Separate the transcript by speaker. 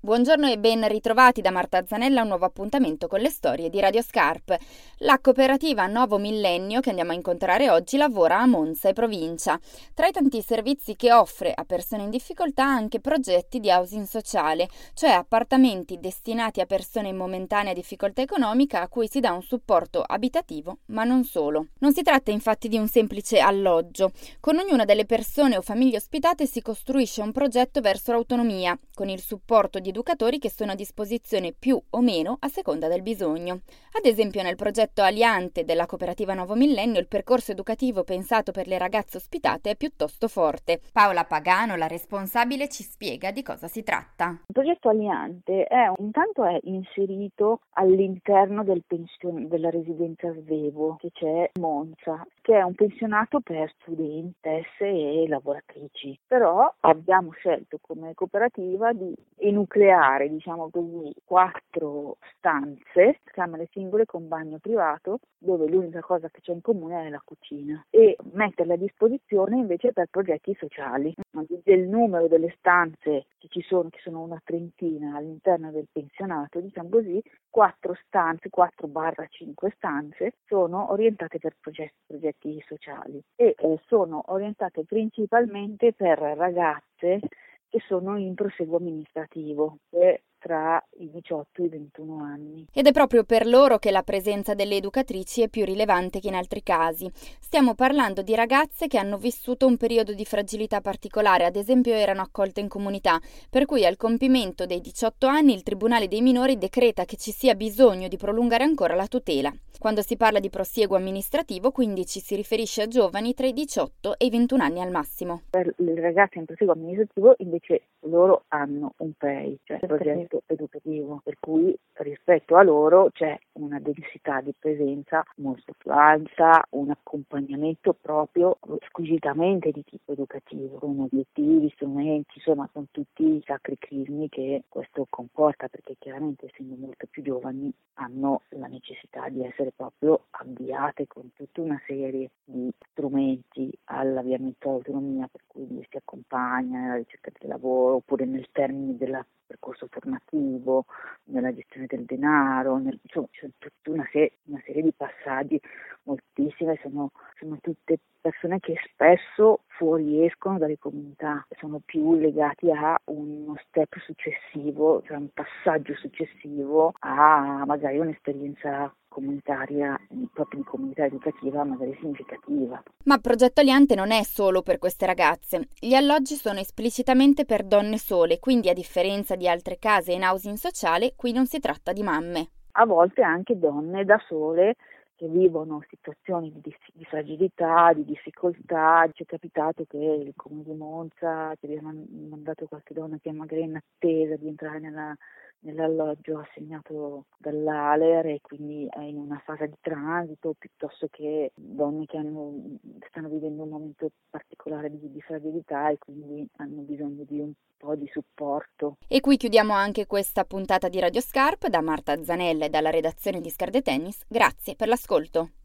Speaker 1: Buongiorno e ben ritrovati da Marta Zanella a un nuovo appuntamento con le storie di Radio Scarp. La cooperativa Novo Millennio che andiamo a incontrare oggi lavora a Monza e provincia. Tra i tanti servizi che offre a persone in difficoltà anche progetti di housing sociale, cioè appartamenti destinati a persone in momentanea difficoltà economica a cui si dà un supporto abitativo, ma non solo. Non si tratta infatti di un semplice alloggio. Con ognuna delle persone o famiglie ospitate si costruisce un progetto verso l'autonomia, con il supporto di educatori che sono a disposizione più o meno a seconda del bisogno. Ad esempio nel progetto Aliante della cooperativa Novo Millennio il percorso educativo pensato per le ragazze ospitate è piuttosto forte. Paola Pagano, la responsabile, ci spiega di cosa si tratta.
Speaker 2: Il progetto Aliante intanto è inserito all'interno della residenza Svevo che c'è a Monza, che è un pensionato per studentesse e lavoratrici. Però abbiamo scelto come cooperativa di enucleare, diciamo così, 4 stanze, camere singole con bagno privato, dove l'unica cosa che c'è in comune è la cucina, e metterle a disposizione invece per progetti sociali. Del numero delle stanze che sono una trentina all'interno del pensionato, diciamo così, 4 stanze, 4/5 stanze sono orientate per progetti sociali e sono orientate principalmente per ragazze che sono in prosieguo amministrativo, tra i 18 e i 21 anni.
Speaker 1: Ed è proprio per loro che la presenza delle educatrici è più rilevante che in altri casi. Stiamo parlando di ragazze che hanno vissuto un periodo di fragilità particolare, ad esempio erano accolte in comunità, per cui al compimento dei 18 anni il Tribunale dei minori decreta che ci sia bisogno di prolungare ancora la tutela. Quando si parla di prosieguo amministrativo, quindi ci si riferisce a giovani tra i 18 e i 21 anni al massimo.
Speaker 2: Per le ragazze in prosieguo amministrativo invece loro hanno un PEI, cioè progetto educativo, per cui rispetto a loro c'è una densità di presenza molto più alta, un accompagnamento proprio squisitamente di tipo educativo, con obiettivi, strumenti, insomma con tutti i sacri crismi che questo comporta, perché chiaramente essendo molto più giovani hanno la necessità di essere proprio avviate con tutta una serie di strumenti all'avviamento all'autonomia, per cui li si accompagna nella ricerca del lavoro oppure nel termine del percorso formativo, nella gestione del denaro, insomma ci sono tutta una serie di passaggi, moltissime, sono tutte persone che spesso fuoriescono dalle comunità, sono più legati a uno step successivo, cioè un passaggio successivo a magari un'esperienza comunitaria, proprio di comunità educativa magari significativa.
Speaker 1: Ma Progetto Aliante non è solo per queste ragazze. Gli alloggi sono esplicitamente per donne sole, quindi a differenza di altre case in housing sociale, qui non si tratta di mamme.
Speaker 2: A volte anche donne da sole che vivono situazioni di fragilità, di difficoltà. Ci è capitato che il Comune di Monza ci abbia mandato qualche donna che magari è in attesa di entrare nell'alloggio assegnato dall'ALER e quindi è in una fase di transito, piuttosto che donne che stanno vivendo un momento particolare di fragilità e quindi hanno bisogno di un po' di supporto.
Speaker 1: E qui chiudiamo anche questa puntata di Radio Scarp. Da Marta Zanella e dalla redazione di Scarde Tennis, grazie per l'ascolto.